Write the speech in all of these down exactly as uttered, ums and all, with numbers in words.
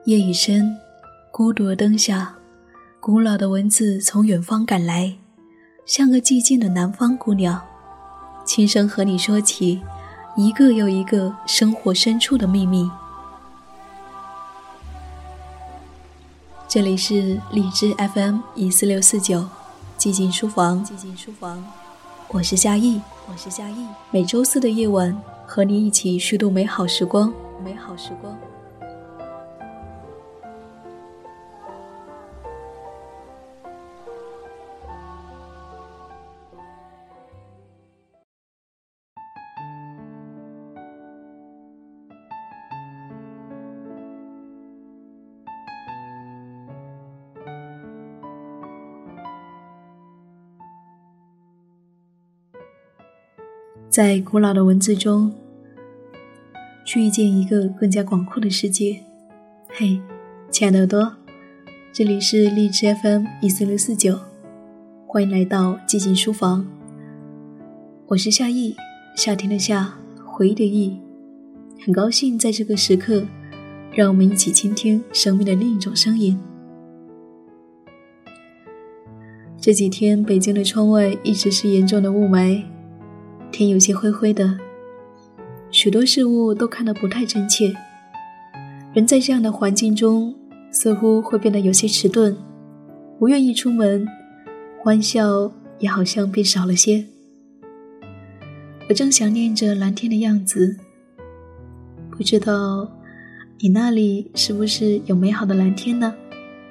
夜已深，孤独的灯下，古老的文字从远方赶来，像个寂静的南方姑娘，轻声和你说起一个又一个生活深处的秘密。这里是荔枝 F M 一四六四九，寂静书房，寂静书房，我是夏意，我是夏意。每周四的夜晚，和你一起虚度美好时光，美好时光。在古老的文字中，去遇见一个更加广阔的世界。嘿，亲爱的耳朵，这里是荔枝 F M 一四六四九，欢迎来到寂静书房。我是夏意，夏天的夏，回忆的忆。很高兴在这个时刻，让我们一起倾听生命的另一种声音。这几天北京的窗外一直是严重的雾霾，天有些灰灰的，许多事物都看得不太真切。人在这样的环境中，似乎会变得有些迟钝，不愿意出门，欢笑也好像变少了些。我正想念着蓝天的样子，不知道你那里是不是有美好的蓝天呢？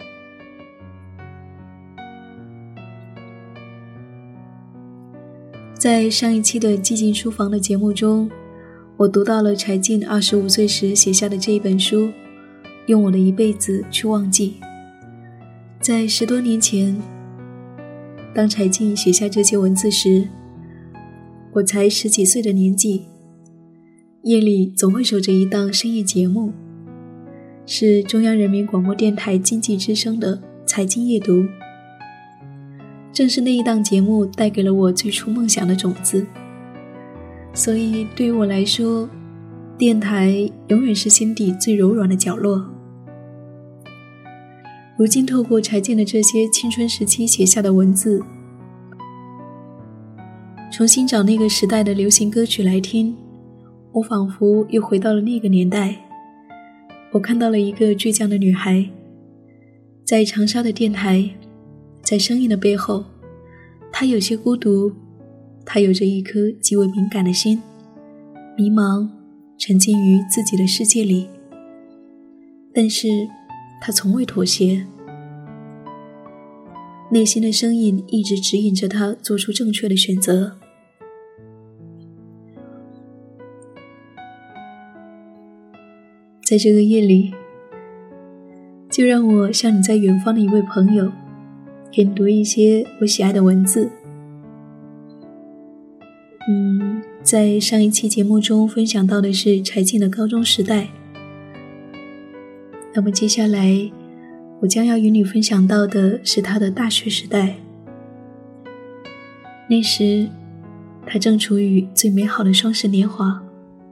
在上一期的寂静书房的节目中，我读到了柴静二十五岁时写下的这一本书，用我的一辈子去忘记。在十多年前，当柴静写下这些文字时，我才十几岁的年纪。夜里总会守着一档深夜节目，是中央人民广播电台经济之声的财经夜读。正是那一档节目带给了我最初梦想的种子，所以对于我来说，电台永远是心底最柔软的角落。如今透过柴静的这些青春时期写下的文字，重新找那个时代的流行歌曲来听，我仿佛又回到了那个年代。我看到了一个倔强的女孩，在长沙的电台，在声音的背后，她有些孤独，她有着一颗极为敏感的心，迷茫，沉浸于自己的世界里。但是她从未妥协，内心的声音一直指引着她做出正确的选择。在这个夜里，就让我像你在远方的一位朋友，给你读一些我喜爱的文字。嗯，在上一期节目中分享到的是柴静的高中时代，那么接下来我将要与你分享到的是她的大学时代。那时她正处于最美好的双十年华。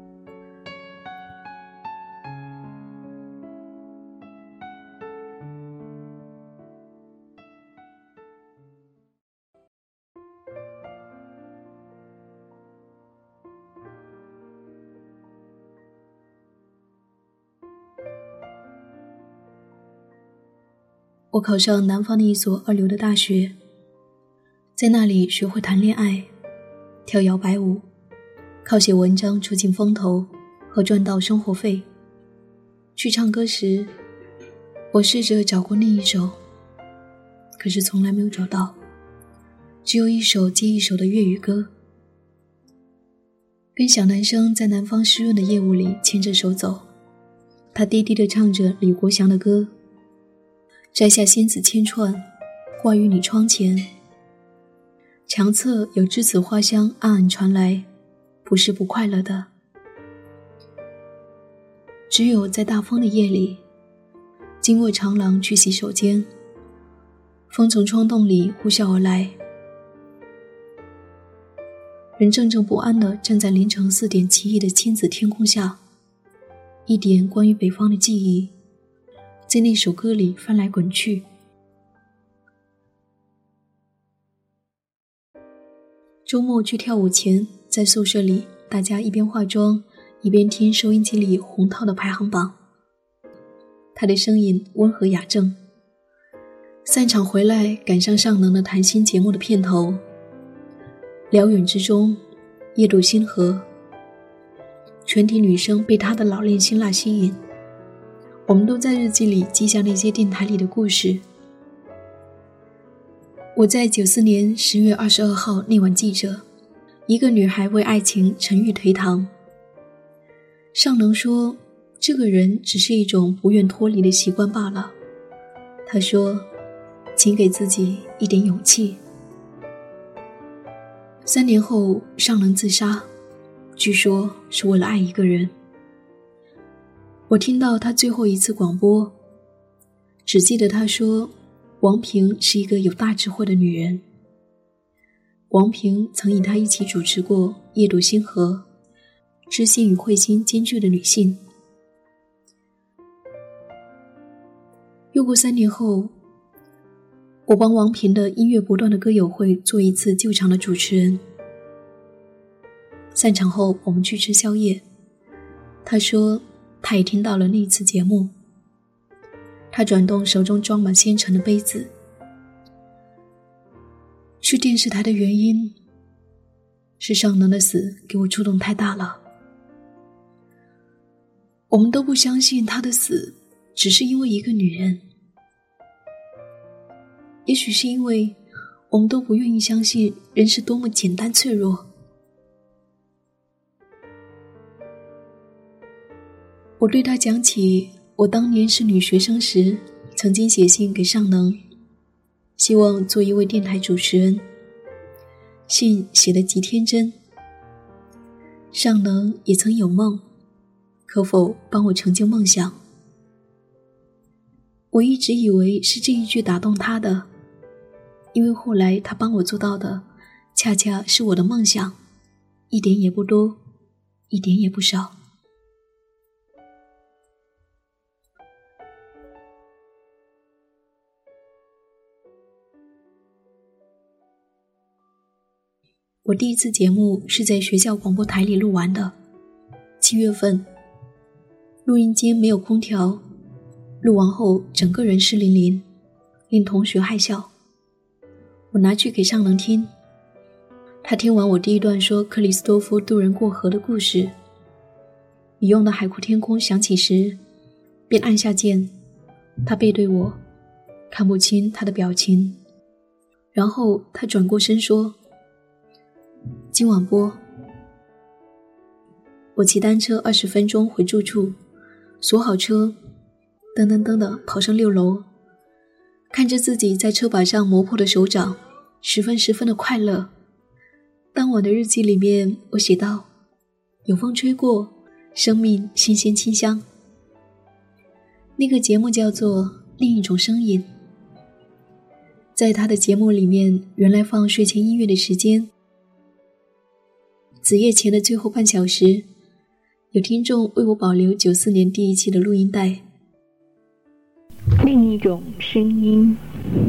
我考上南方的一所二流的大学，在那里学会谈恋爱，跳摇摆舞，靠写文章出尽风头和赚到生活费。去唱歌时，我试着找过那一首，可是从来没有找到，只有一首接一首的粤语歌。跟小男生在南方湿润的夜雾里牵着手走，他低低地唱着李国祥的歌，摘下仙子千串，挂于你窗前。墙侧有栀子花香暗暗传来，不是不快乐的。只有在大风的夜里，经过长廊去洗手间，风从窗洞里呼啸而来，人怔怔不安地站在凌晨四点奇异的亲子天空下，一点关于北方的记忆在那首歌里翻来滚去。周末去跳舞前，在宿舍里，大家一边化妆，一边听收音机里洪涛的排行榜。他的声音温和雅正。散场回来，赶上尚能的谈心节目的片头，辽远之中，夜渡星河。全体女生被他的老练辛辣吸引，我们都在日记里记下那些电台里的故事。我在九四年十月二十二号那晚记着，一个女孩为爱情沉郁颓唐。尚能说，这个人只是一种不愿脱离的习惯罢了。他说，请给自己一点勇气。三年后，尚能自杀，据说是为了爱一个人。我听到他最后一次广播，只记得他说，王平是一个有大智慧的女人。王平曾与他一起主持过《夜渡星河》，知性与慧心兼具的女性。又过三年后，我帮王平的音乐不断的歌友会做一次救场的主持人。散场后，我们去吃宵夜。他说，他也听到了那一次节目。他转动手中装满鲜橙的杯子。去电视台的原因是尚能的死给我触动太大了。我们都不相信他的死只是因为一个女人，也许是因为我们都不愿意相信人是多么简单脆弱。我对他讲起我当年是女学生时曾经写信给尚能，希望做一位电台主持人。信写得极天真。尚能也曾有梦，可否帮我成就梦想？我一直以为是这一句打动他的，因为后来他帮我做到的恰恰是我的梦想，一点也不多，一点也不少。我第一次节目是在学校广播台里录完的，七月份，录音间没有空调，录完后整个人湿淋淋，令同学害笑。我拿去给尚能听，他听完我第一段说克里斯多夫渡人过河的故事，你用的海阔天空响起时，便按下键。他背对我，看不清他的表情，然后他转过身说，今晚播。我骑单车二十分钟回住处，锁好车，噔噔噔地跑上六楼，看着自己在车把上磨破的手掌，十分十分的快乐。当晚的日记里面我写道，有风吹过，生命新鲜清香。那个节目叫做另一种声音。在他的节目里面，原来放睡前音乐的时间，子夜前的最后半小时，有听众为我保留九四年第一期的录音带。 另一种声音。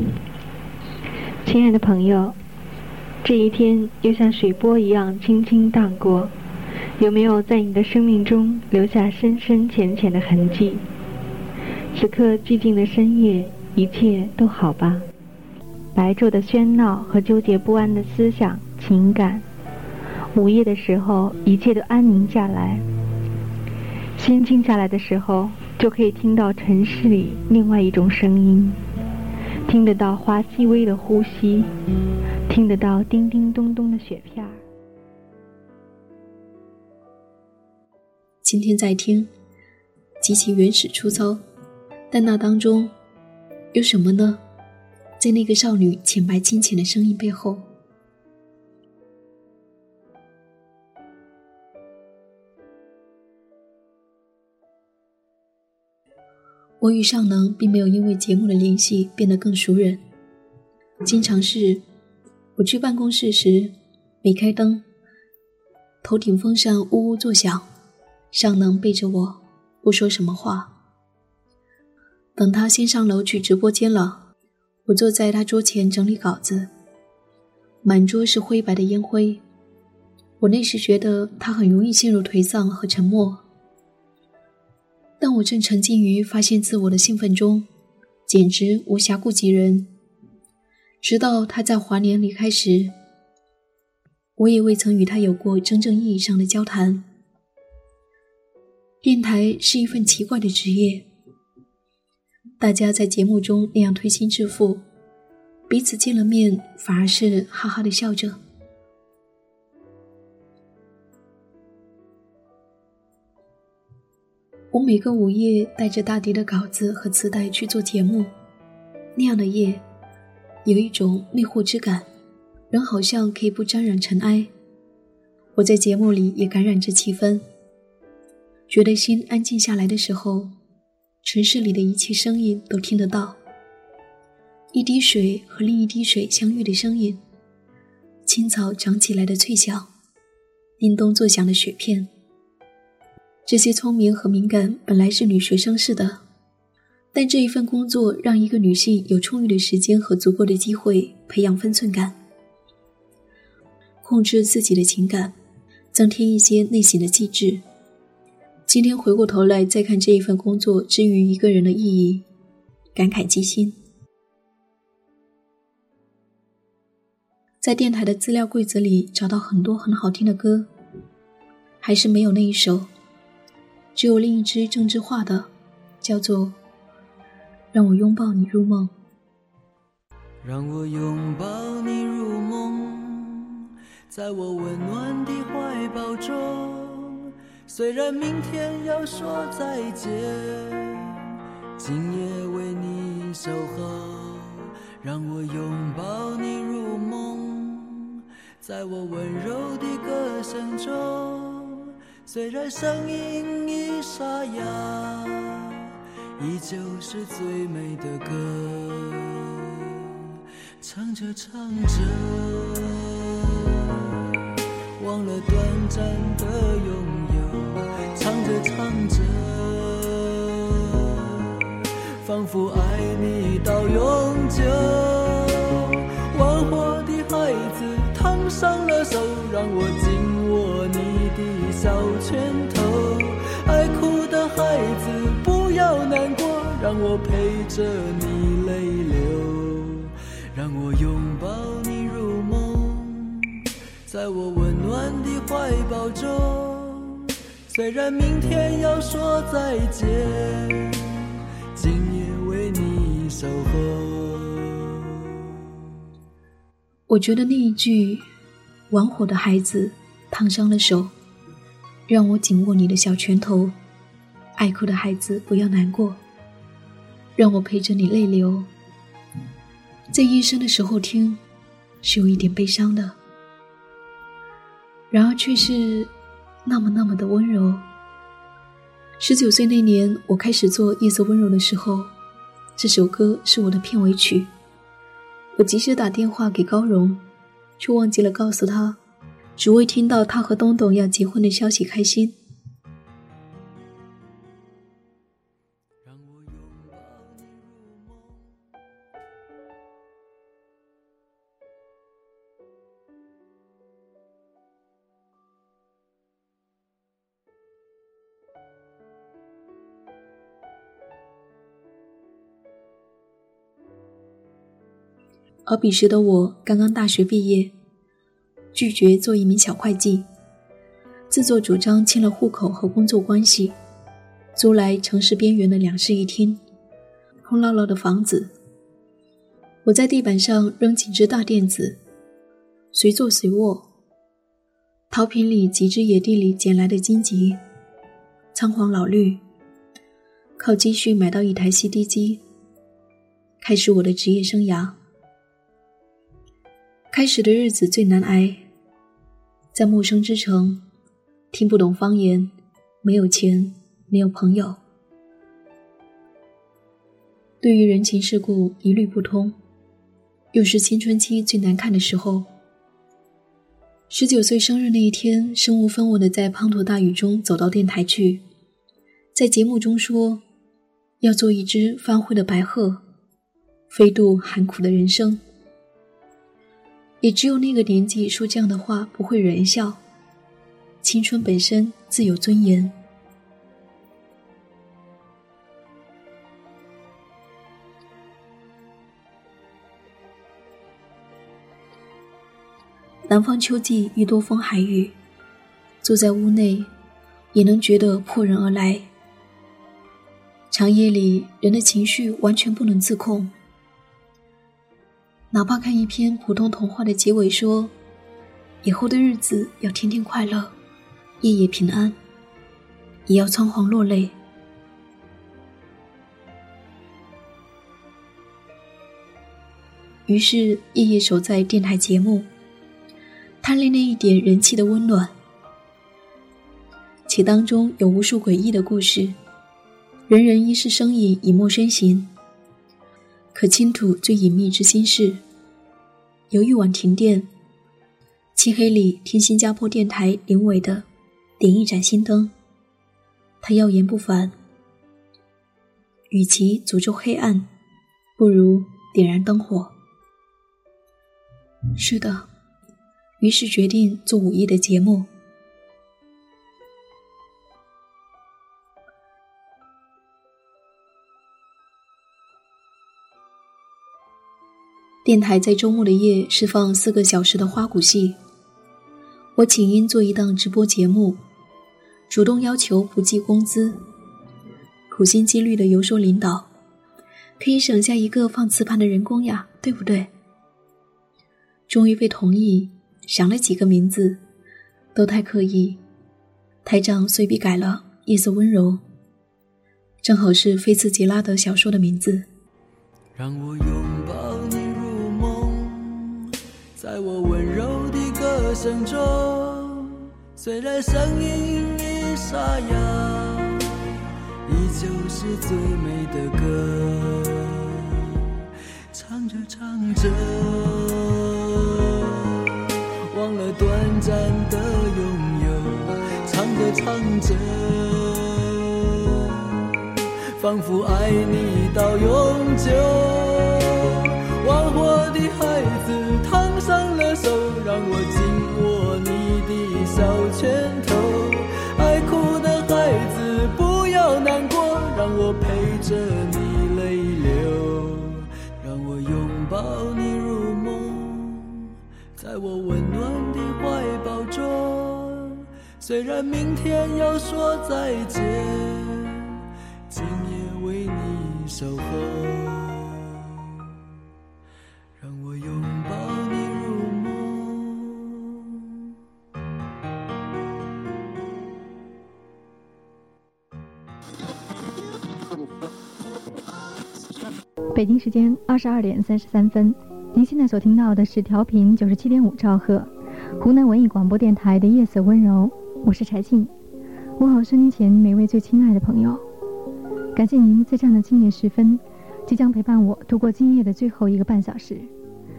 亲爱的朋友，这一天又像水波一样轻轻荡过，有没有在你的生命中留下深深浅浅的痕迹？此刻寂静的深夜，一切都好吧？白昼的喧闹和纠结不安的思想情感，午夜的时候一切都安宁下来，心静下来的时候，就可以听到城市里另外一种声音，听得到花细微的呼吸，听得到叮叮咚咚的雪片。 今天在听，极其原始粗糙，但那当中有什么呢？在那个少女浅白清浅的声音背后，我与尚能并没有因为节目的联系变得更熟人。经常是我去办公室时没开灯，头顶风扇呜呜作响，尚能背着我不说什么话。 等他先上楼去直播间了，我坐在他桌前整理稿子，满桌是灰白的烟灰。我那时觉得他很容易陷入颓丧和沉默，但我正沉浸于发现自我的兴奋中，简直无暇顾及人。直到他在华年离开时，我也未曾与他有过真正意义上的交谈。电台是一份奇怪的职业，大家在节目中那样推心置腹，彼此见了面反而是哈哈地笑着。我每个午夜带着大叠的稿子和磁带去做节目，那样的夜有一种魅惑之感，人好像可以不沾染尘埃。我在节目里也感染着气氛，觉得心安静下来的时候，城市里的一切声音都听得到，一滴水和另一滴水相遇的声音，青草长起来的脆响，叮咚作响的雪片。这些聪明和敏感本来是女学生似的，但这一份工作让一个女性有充裕的时间和足够的机会培养分寸感，控制自己的情感，增添一些内省的机智。今天回过头来再看这一份工作之于一个人的意义，感慨极心。在电台的资料柜子里找到很多很好听的歌，还是没有那一首，只有另一支郑智化的，叫做让我拥抱你入梦。 让我拥抱你入梦，在我温暖的怀抱中，虽然明天要说再见，今夜为你守候。让我拥抱你入梦，在我温柔的歌声中，虽然声音已沙哑，依旧是最美的歌。唱着唱着，忘了短暂的拥有，唱着唱着，仿佛爱你到永久。玩火的孩子烫伤了手，让我紧握你的小拳头。爱哭的孩子不要难过，让我陪着你泪流。让我拥抱你入梦，在我温暖的怀抱中，虽然明天要说再见，今夜为你守候。 我觉得那一句玩火的孩子烫伤了手，让我紧握你的小拳头，爱哭的孩子不要难过，让我陪着你泪流，在夜深的时候听是有一点悲伤的，然而却是那么那么的温柔。十九岁那年我开始做夜色温柔的时候，这首歌是我的片尾曲。我及时打电话给高荣，却忘记了告诉他，只为听到他和东东要结婚的消息开心。而彼时的我刚刚大学毕业，拒绝做一名小会计，自作主张签了户口和工作关系，租来城市边缘的两室一厅，空落落的房子。我在地板上扔几只大垫子，随坐随卧，陶瓶里几只野地里捡来的荆棘，苍黄老绿，靠积蓄买到一台 C D 机，开始我的职业生涯。开始的日子最难挨，在陌生之城，听不懂方言，没有钱，没有朋友，对于人情世故一律不通，又是青春期最难看的时候。十九岁生日那一天，身无分文地在滂沱大雨中走到电台去，在节目中说， 要做一只发灰的白鹤，飞渡寒苦的人生。也只有那个年纪说这样的话不会惹人笑，青春本身自有尊严。南方秋季愈多风还雨，坐在屋内也能觉得破人而来。长夜里人的情绪完全不能自控，哪怕看一篇普通童话的结尾说以后的日子要天天快乐，夜夜平安，也要仓皇落泪。于是夜夜守在电台节目，贪恋那一点人气的温暖，且当中有无数诡异的故事，人人一世生意以莫深行，可倾吐最隐秘之心事。有一晚停电，漆黑里听新加坡电台林伟的点一盏心灯，他妖言不凡，与其诅咒黑暗，不如点燃灯火。是的，于是决定做午夜的节目。电台在周末的夜释放四个小时的花鼓戏，我请缨做一档直播节目，主动要求不计工资，苦心积虑的游说领导，可以省下一个放磁盘的人工呀，对不对？终于被同意，想了几个名字，都太刻意。台长随笔改了夜色温柔，正好是菲茨杰拉德小说的名字。 让我拥抱你入梦，在我温柔的歌声中，虽然声音已沙哑，依旧是最美的歌。唱着唱着忘了短暂的拥有，唱着唱着仿佛爱你到永久。玩火的孩子烫伤了手，让我紧握你的小拳头。爱哭的孩子不要难过，让我陪着你泪流。让我拥抱你入梦，在我温暖的怀抱中，虽然明天要说再见，今夜为你守候。让我拥抱你入梦。 北京时间二十二点三十三分，您现在所听到的是调频九十七点五兆赫，湖南文艺广播电台的夜色温柔，我是柴静。问候收音前每位最亲爱的朋友，感谢您在这样的今夜时分，即将陪伴我度过今夜的最后一个半小时。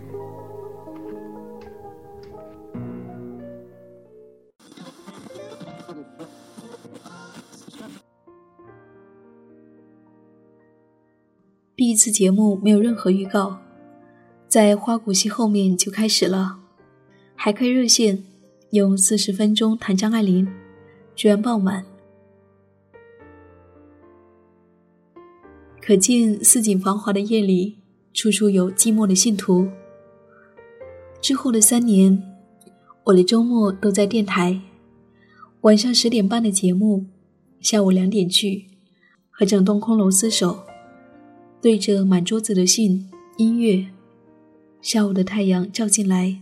第一次节目没有任何预告，在花鼓戏后面就开始了，还开热线，用四十分钟谈张爱玲，居然爆满。可见四锦繁华的夜里，处处有寂寞的信徒。之后的三年，我的周末都在电台，晚上十点半的节目，下午两点去，和整栋空楼厮守，对着满桌子的信、音乐，下午的太阳照进来，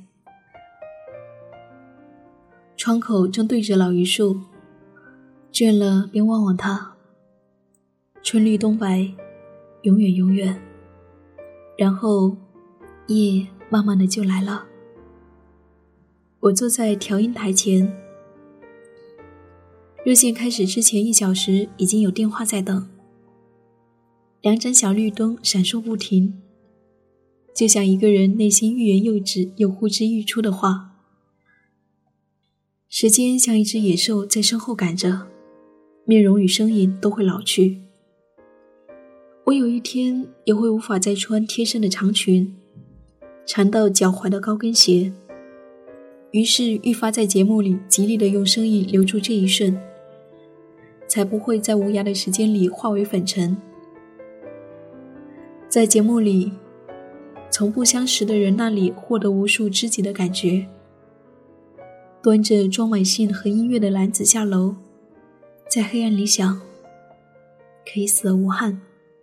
窗口正对着老榆树，倦了便望望它，春绿冬白，永远永远。然后夜慢慢的就来了。我坐在调音台前，热线开始之前一小时已经有电话在等，两盏小绿灯闪烁不停，就像一个人内心欲言又止又呼之欲出的话。时间像一只野兽在身后赶着，面容与声音都会老去。 我有一天也会无法再穿贴身的长裙，缠到脚踝的高跟鞋，于是愈发在节目里极力地用声音留住这一瞬，才不会在无涯的时间里化为粉尘。在节目里，从不相识的人那里获得无数知己的感觉，端着装满信和音乐的篮子下楼，在黑暗里想，可以死而无憾。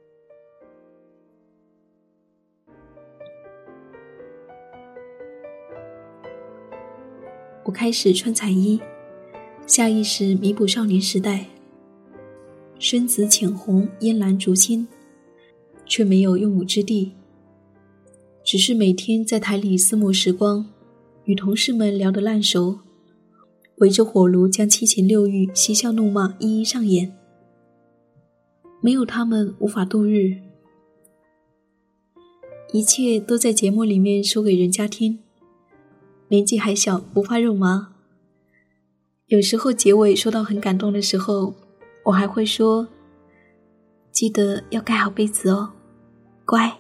我开始穿彩衣，下意识弥补少年时代，身子浅红，烟蓝竹青，却没有用武之地，只是每天在台里厮磨时光，与同事们聊得烂熟，围着火炉将七情六欲、嬉笑怒骂一一上演。没有他们无法度日，一切都在节目里面说给人家听。年纪还小，不怕肉麻。有时候结尾说到很感动的时候，我还会说，记得要盖好被子哦，乖。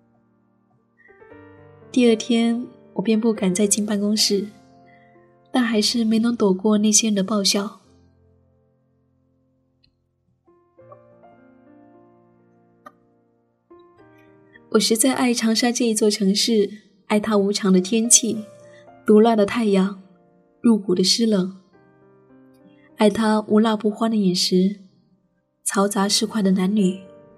第二天我便不敢再进办公室，但还是没能躲过那些人的爆笑。我实在爱长沙这一座城市，爱它无常的天气，毒辣的太阳，入骨的湿冷，爱它无辣不欢的饮食，嘈杂市侩的男女。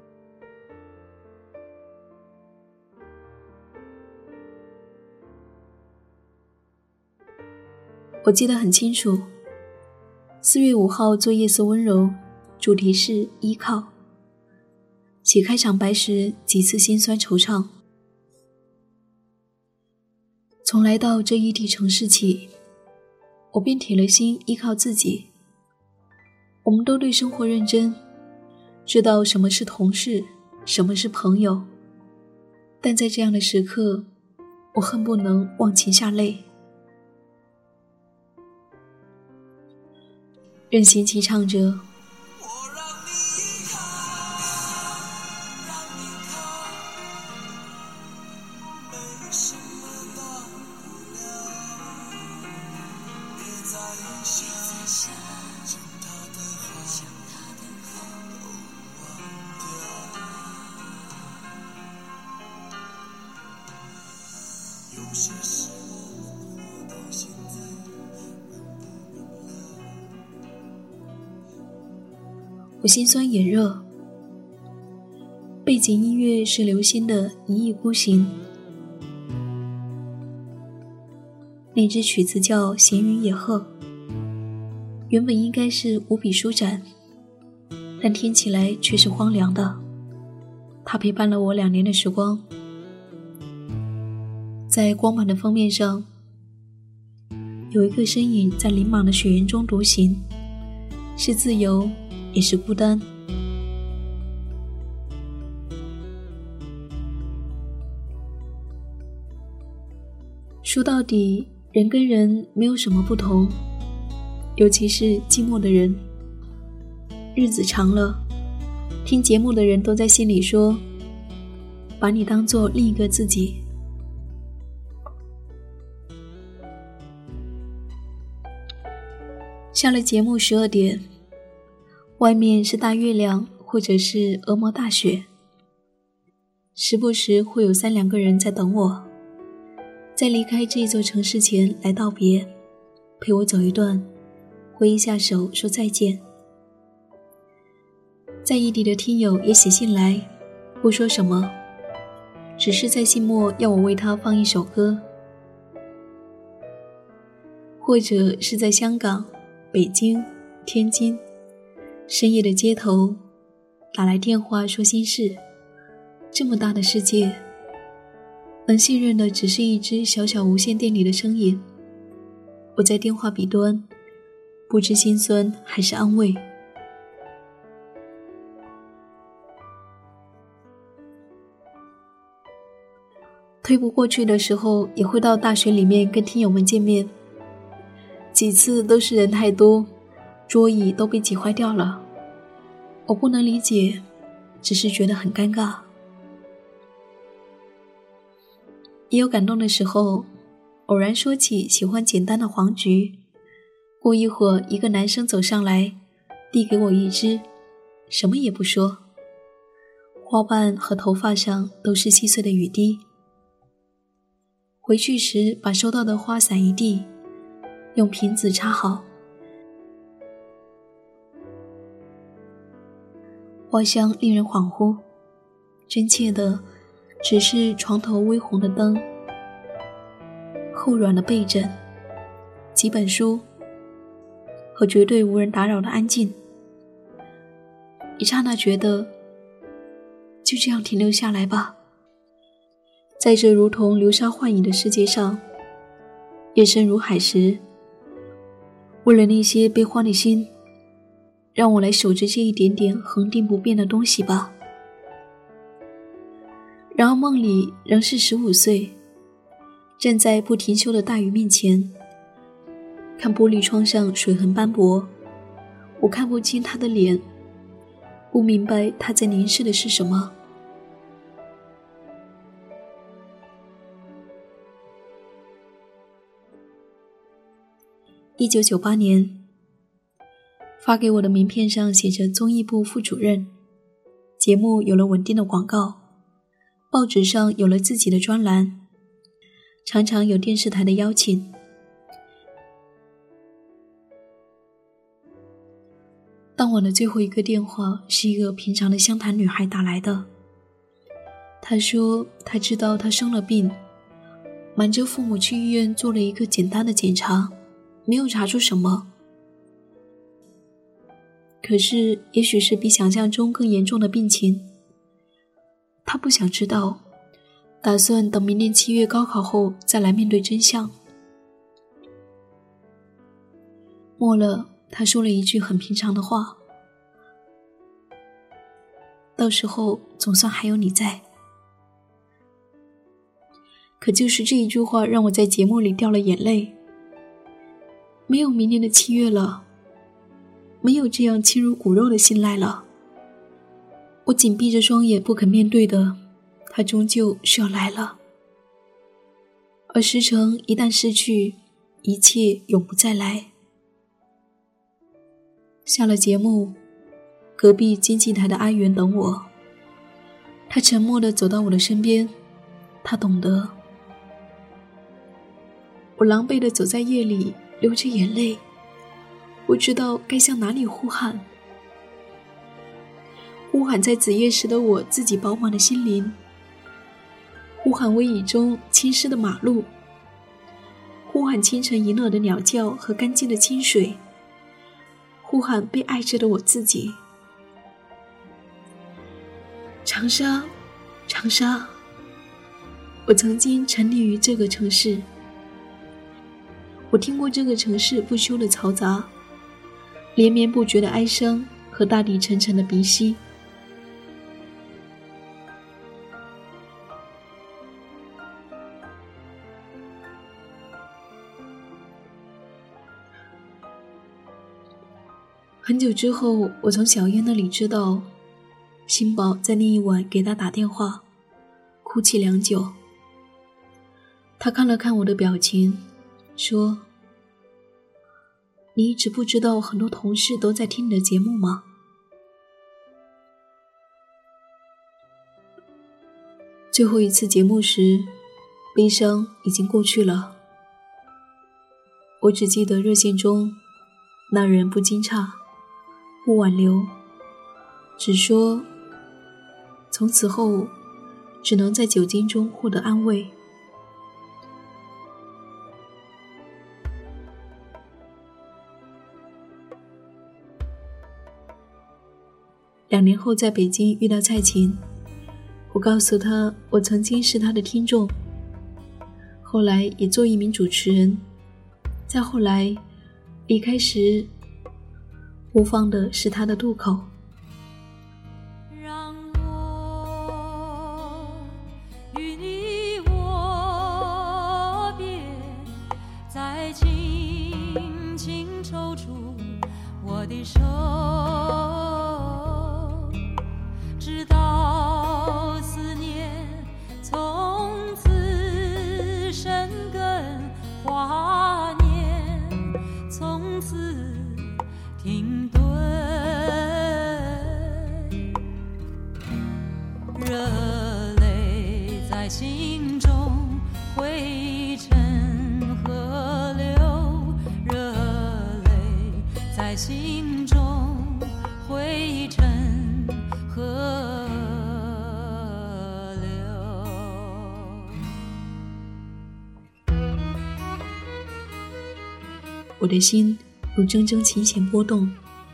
我记得很清楚，四月五号做夜色温柔，主题是依靠。写开场白时几次心酸惆怅。从来到这异地城市起，我便铁了心依靠自己。我们都对生活认真，知道什么是同事，什么是朋友，但在这样的时刻，我恨不能忘情下泪。任贤齐唱着，我心酸眼热。背景音乐是刘星的《一意孤行》，那支曲子叫《闲云野鹤》，原本应该是无比舒展，但听起来却是荒凉的。它陪伴了我两年的时光。在光盘的封面上，有一个身影在林莽的雪原中独行，是自由，也是孤单。说到底，人跟人没有什么不同，尤其是寂寞的人。日子长了，听节目的人都在心里说，把你当作另一个自己。下了节目十二点，外面是大月亮或者是鹅毛大雪，时不时会有三两个人在等我，在离开这座城市前来道别，陪我走一段，挥一下手说再见。在异地的听友也写信来，不说什么，只是在信末要我为他放一首歌，或者是在香港、北京、天津深夜的街头打来电话说心事。这么大的世界，能信任的只是一只小小无线电里的声音。我在电话彼端，不知心酸还是安慰。推不过去的时候，也会到大学里面跟听友们见面，几次都是人太多，桌椅都被挤坏掉了。我不能理解， 只是觉得很尴尬。也有感动的时候，偶然说起喜欢简单的黄菊，过一会儿一个男生走上来，递给我一支，什么也不说，花瓣和头发上都是细碎的雨滴。回去时把收到的花散一地，用瓶子插好。花香令人恍惚，真切的只是床头微红的灯，厚软的被枕，几本书和绝对无人打扰的安静。一刹那觉得就这样停留下来吧，在这如同流沙幻影的世界上，夜深如海时，为了那些悲欢的心，让我来守着这一点点恒定不变的东西吧。然而梦里仍是十五岁，站在不停休的大雨面前，看玻璃窗上水痕斑驳，我看不清他的脸，不明白他在凝视的是什么。一九九八年，发给我的名片上写着综艺部副主任，节目有了稳定的广告，报纸上有了自己的专栏，常常有电视台的邀请。当晚的最后一个电话是一个平常的湘潭女孩打来的，她说她知道她生了病，瞒着父母去医院做了一个简单的检查，没有查出什么，可是也许是比想象中更严重的病情。她不想知道，打算等明年七月高考后再来面对真相。末了，她说了一句很平常的话，到时候总算还有你在。可就是这一句话让我在节目里掉了眼泪。没有明年的七月了，没有这样亲如骨肉的信赖了。我紧闭着双眼不肯面对的，它终究是要来了。而时程一旦失去，一切永不再来。下了节目，隔壁经济台的阿元等我，他沉默地走到我的身边，他懂得。我狼狈地走在夜里，流着眼泪，不知道该向哪里呼喊。呼喊在子夜时的我自己饱满的心灵，呼喊微雨中浸湿的马路，呼喊清晨银耳的鸟叫和干净的清水，呼喊被爱着的我自己。长沙，长沙，我曾经沉溺于这个城市。我听过这个城市不休的嘈杂，连绵不绝的哀伤和大地沉沉的鼻息。很久之后，我从小燕那里知道，新宝在那一晚给他打电话，哭泣良久。他看了看我的表情，说：“你一直不知道很多同事都在听你的节目吗？”最后一次节目时，悲伤已经过去了。我只记得热线中，那人不惊诧，不挽留，只说从此后只能在酒精中获得安慰。两年后在北京遇到蔡琴，我告诉她我曾经是她的听众，后来也做一名主持人，再后来离开时播放的是她的渡口。 让我与你握别，再轻轻抽出我的手，直到停顿，热泪在心中汇成河流，热泪在心中汇成河流。 我的心如铮铮琴弦波动，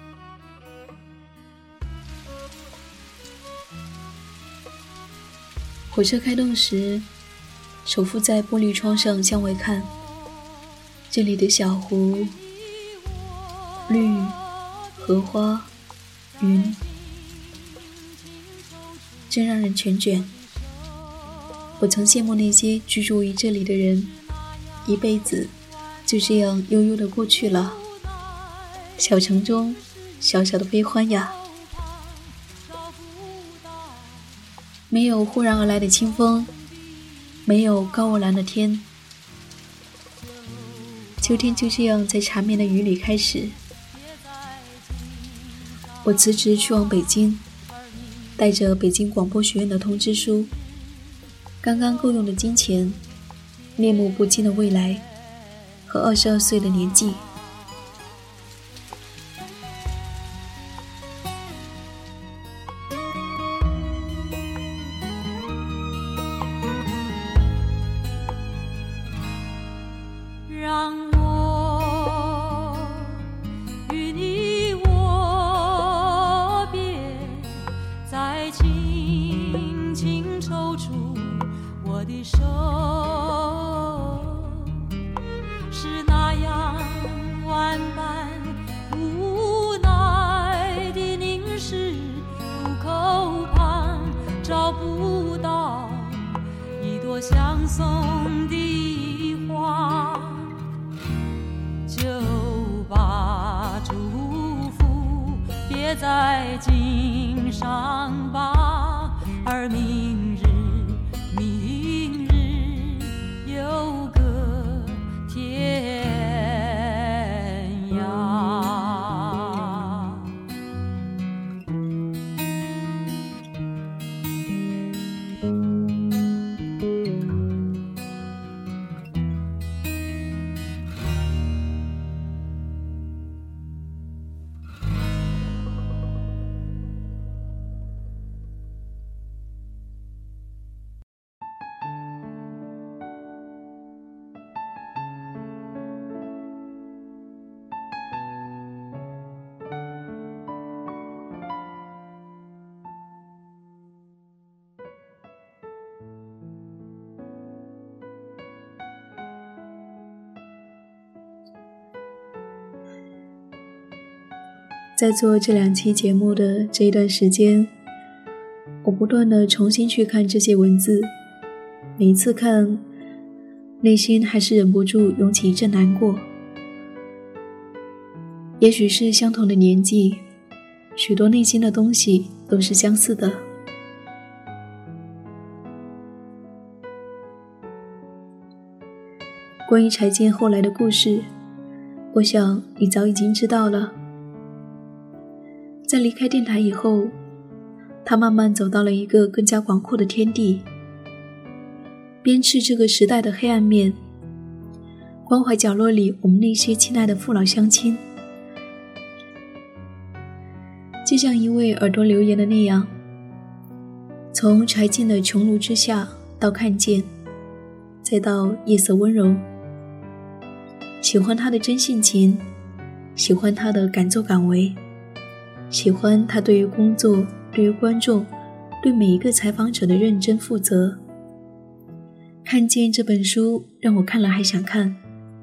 火车开动时，手扶在玻璃窗上向外看，这里的小湖、绿、荷花、云，真让人全卷。我曾羡慕那些居住于这里的人，一辈子就这样悠悠地过去了。小城中小小的悲欢呀，没有忽然而来的清风，没有高而蓝的天，秋天就这样在缠绵的雨里开始。我辞职去往北京，带着北京广播学院的通知书，刚刚够用的金钱，面目不惊的未来和二十二岁的年纪。 让我与你握别，再轻轻抽出我的手，是那样万般无奈的凝视，路口旁找不到一朵相送的花，就把祝福别在襟上吧，而明日明日有个天涯。 在做这两期节目的这一段时间，我不断地重新去看这些文字，每一次看，内心还是忍不住涌起一阵难过。也许是相同的年纪，许多内心的东西都是相似的。关于柴静后来的故事，我想你早已经知道了。在离开电台以后，他慢慢走到了一个更加广阔的天地，鞭笞这个时代的黑暗面，关怀角落里我们那些亲爱的父老乡亲。就像一位耳朵留言的那样，从柴静的穹庐之下到看见，再到夜色温柔，喜欢他的真性情，喜欢他的敢作敢为，喜欢他对于工作、对于观众、对每一个采访者的认真负责。看见这本书让我看了还想看，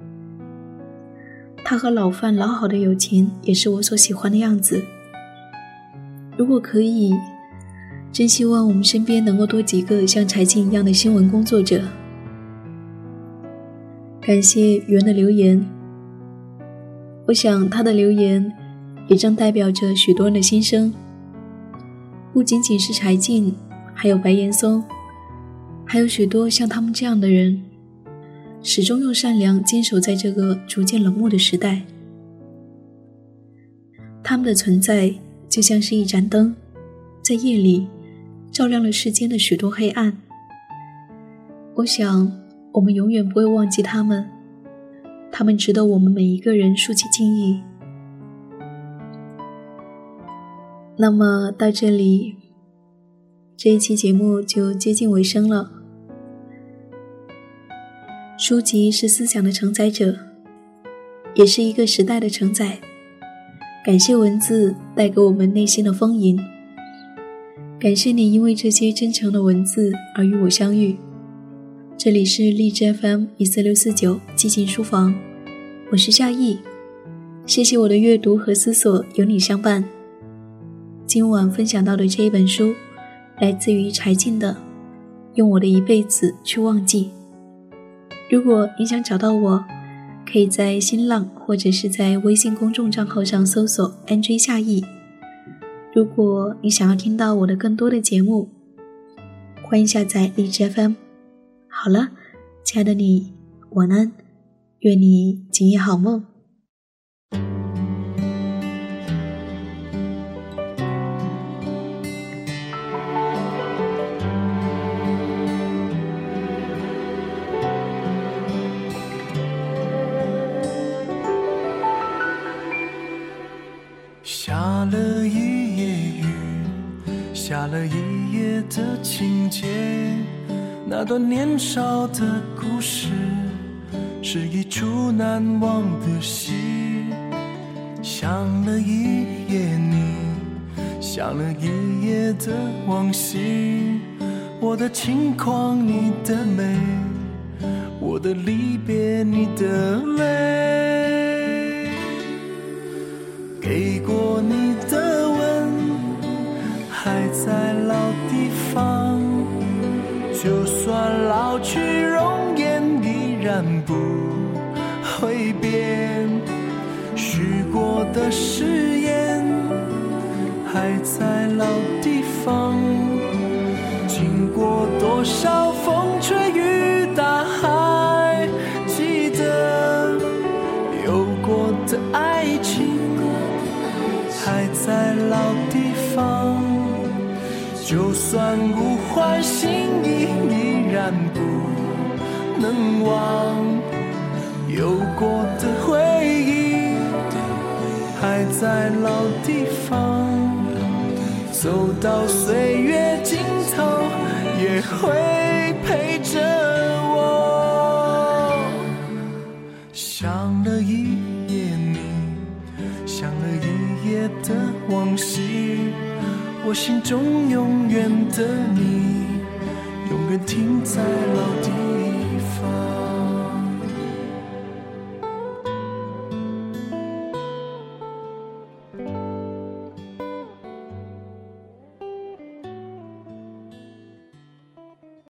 他和老范老好的友情也是我所喜欢的样子。如果可以，真希望我们身边能够多几个像柴静一样的新闻工作者。感谢袁的留言，我想他的留言也正代表着许多人的心声，不仅仅是柴静，还有白岩松，还有许多像他们这样的人，始终用善良坚守在这个逐渐冷漠的时代。 他们的存在就像是一盏灯，在夜里照亮了世间的许多黑暗。我想我们永远不会忘记他们，他们值得我们每一个人竖起敬意。那么到这里，这一期节目就接近尾声了。书籍是思想的承载者，也是一个时代的承载。感谢文字带给我们内心的丰盈，感谢你因为这些真诚的文字而与我相遇。这里是荔枝 F M 一四六四九寂静书房，我是夏意。谢谢我的阅读和思索有你相伴。今晚分享到的这一本书来自于柴静的《用我的一辈子去忘记》。如果你想找到我，可以在新浪或者是在微信公众账号上搜索 N J 夏意。如果你想要听到我的更多的节目，欢迎下载荔枝 F M。 好了，亲爱的你，晚安，愿你今夜好梦。 下了一夜雨，下了一夜的情节，那段年少的故事是一出难忘的戏。想了一夜你，想了一夜的往昔，我的轻狂你的美，我的离别你的泪，给过你的吻还在老地方，就算老去容颜依然不会变，许过的誓言还在老地方，经过多少风吹雨打，还记得有过的爱情还在老地方，就算物换星移依然不能忘，有过的回忆还在老地方，走到岁月尽头也会陪着我。想了一夜你，想了一夜的往昔，我心中永远的你，永远停在老地